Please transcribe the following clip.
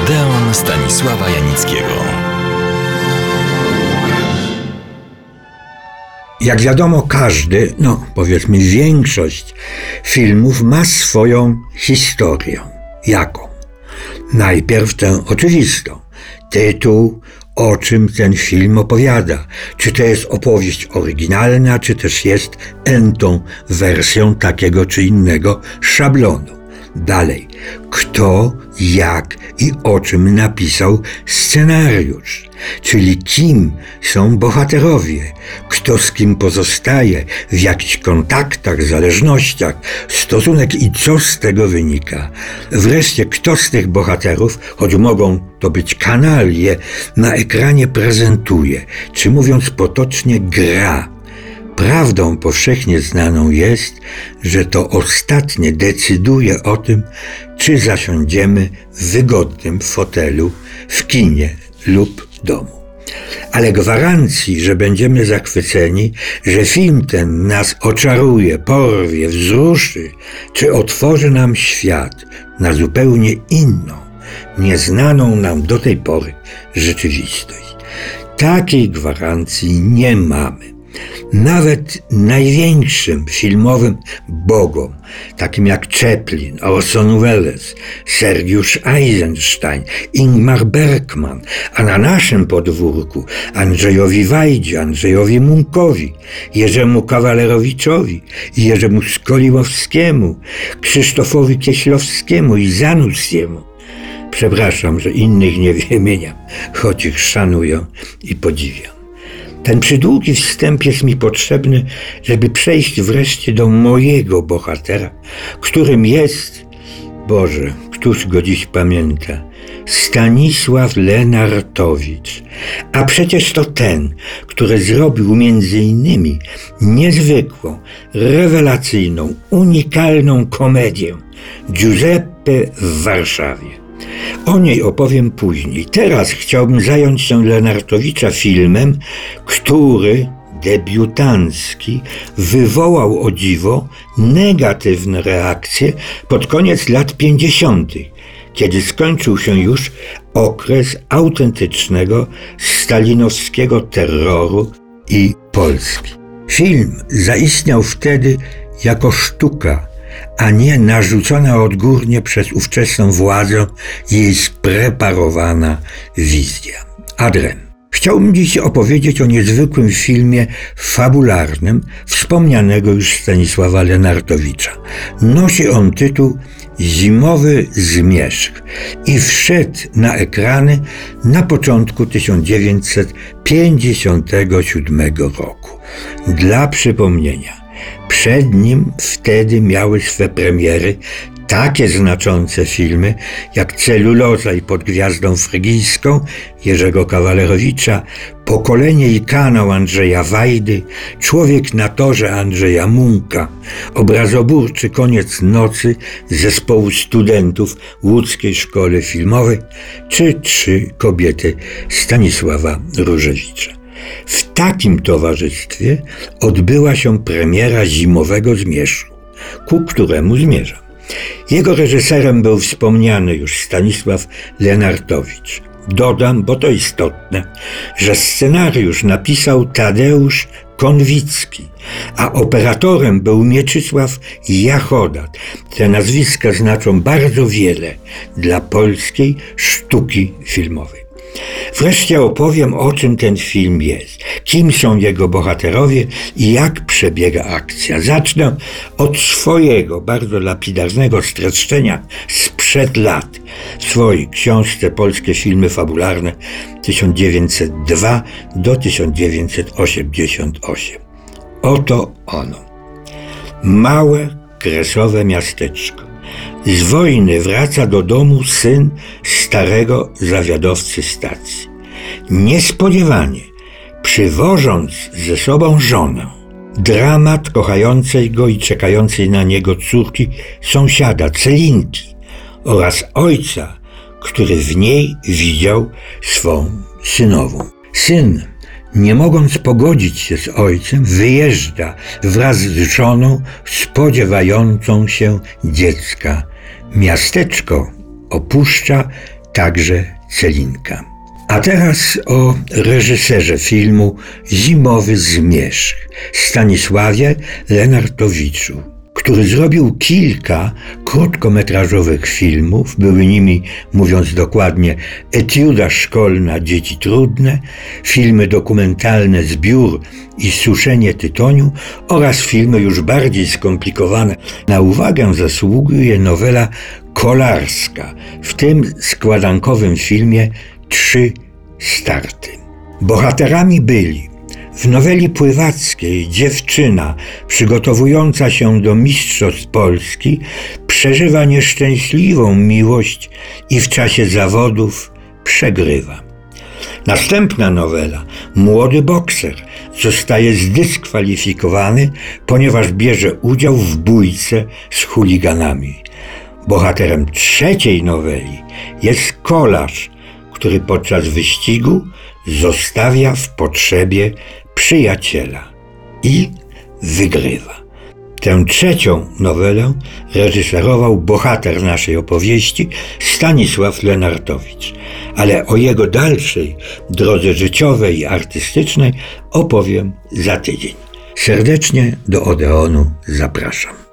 Odeon Stanisława Janickiego. Jak wiadomo, każdy, powiedzmy większość filmów ma swoją historię. Jaką? Najpierw tę oczywistą. Tytuł, o czym ten film opowiada. Czy to jest opowieść oryginalna, czy też jest entą wersją takiego czy innego szablonu. Dalej, kto, jak i o czym napisał scenariusz, czyli kim są bohaterowie, kto z kim pozostaje, w jakichś kontaktach, zależnościach, stosunek i co z tego wynika. Wreszcie, kto z tych bohaterów, choć mogą to być kanalie, na ekranie prezentuje, czy mówiąc potocznie gra. Prawdą powszechnie znaną jest, że to ostatnie decyduje o tym, czy zasiądziemy w wygodnym fotelu w kinie lub domu. Ale gwarancji, że będziemy zachwyceni, że film ten nas oczaruje, porwie, wzruszy, czy otworzy nam świat na zupełnie inną, nieznaną nam do tej pory rzeczywistość. Takiej gwarancji nie mamy. Nawet największym filmowym bogom, takim jak Chaplin, Orson Welles, Sergiusz Eisenstein, Ingmar Bergman, a na naszym podwórku Andrzejowi Wajdzie, Andrzejowi Munkowi, Jerzemu Kawalerowiczowi, Jerzemu Skolimowskiemu, Krzysztofowi Kieślowskiemu i Zanussiemu. Przepraszam, że innych nie wymieniam, choć ich szanuję i podziwiam. Ten przydługi wstęp jest mi potrzebny, żeby przejść wreszcie do mojego bohatera, którym jest, Boże, któż go dziś pamięta, Stanisław Lenartowicz. A przecież to ten, który zrobił między innymi niezwykłą, rewelacyjną, unikalną komedię Giuseppe w Warszawie. O niej opowiem później. Teraz chciałbym zająć się Lenartowicza filmem, który, debiutancki, wywołał o dziwo negatywne reakcje pod koniec lat 50., kiedy skończył się już okres autentycznego stalinowskiego terroru i Polski. Film zaistniał wtedy jako sztuka, a nie narzucona odgórnie przez ówczesną władzę jej spreparowana wizja. Adrem. Chciałbym dziś opowiedzieć o niezwykłym filmie fabularnym wspomnianego już Stanisława Lenartowicza. Nosi on tytuł Zimowy Zmierzch i wszedł na ekrany na początku 1957 roku. Dla przypomnienia, przed nim wtedy miały swe premiery takie znaczące filmy jak Celuloza i Pod gwiazdą frygijską Jerzego Kawalerowicza, Pokolenie i kanał Andrzeja Wajdy, Człowiek na torze Andrzeja Munka, obrazoburczy Koniec nocy zespołu studentów Łódzkiej Szkoły Filmowej czy Trzy kobiety Stanisława Różewicza. W takim towarzystwie odbyła się premiera Zimowego Zmierzchu, ku któremu zmierzam. Jego reżyserem był wspomniany już Stanisław Lenartowicz. Dodam, bo to istotne, że scenariusz napisał Tadeusz Konwicki, a operatorem był Mieczysław Jachoda. Te nazwiska znaczą bardzo wiele dla polskiej sztuki filmowej. Wreszcie opowiem, o czym ten film jest, kim są jego bohaterowie i jak przebiega akcja. Zacznę od swojego, bardzo lapidarnego streszczenia sprzed lat w swojej książce Polskie filmy fabularne 1902 do 1988. Oto ono. Małe, kresowe miasteczko. Z wojny wraca do domu syn starego zawiadowcy stacji. Niespodziewanie, przywożąc ze sobą żonę. Dramat kochającej go i czekającej na niego córki sąsiada Celinki oraz ojca, który w niej widział swą synową. Syn, nie mogąc pogodzić się z ojcem, wyjeżdża wraz z żoną spodziewającą się dziecka. Miasteczko opuszcza także Celinka. A teraz o reżyserze filmu Zimowy Zmierzch, Stanisławie Lenartowiczu, który zrobił kilka krótkometrażowych filmów. Były nimi, mówiąc dokładnie, Etiuda szkolna Dzieci trudne, filmy dokumentalne Zbiór i suszenie tytoniu oraz filmy już bardziej skomplikowane. Na uwagę zasługuje nowela kolarska, w tym składankowym filmie 3 starty. Bohaterami byli w noweli pływackiej dziewczyna przygotowująca się do Mistrzostw Polski przeżywa nieszczęśliwą miłość i w czasie zawodów przegrywa. Następna nowela, młody bokser, zostaje zdyskwalifikowany, ponieważ bierze udział w bójce z chuliganami. Bohaterem trzeciej noweli jest kolarz, który podczas wyścigu zostawia w potrzebie przyjaciela i wygrywa. Tę trzecią nowelę reżyserował bohater naszej opowieści Stanisław Lenartowicz, ale o jego dalszej drodze życiowej i artystycznej opowiem za tydzień. Serdecznie do Odeonu zapraszam.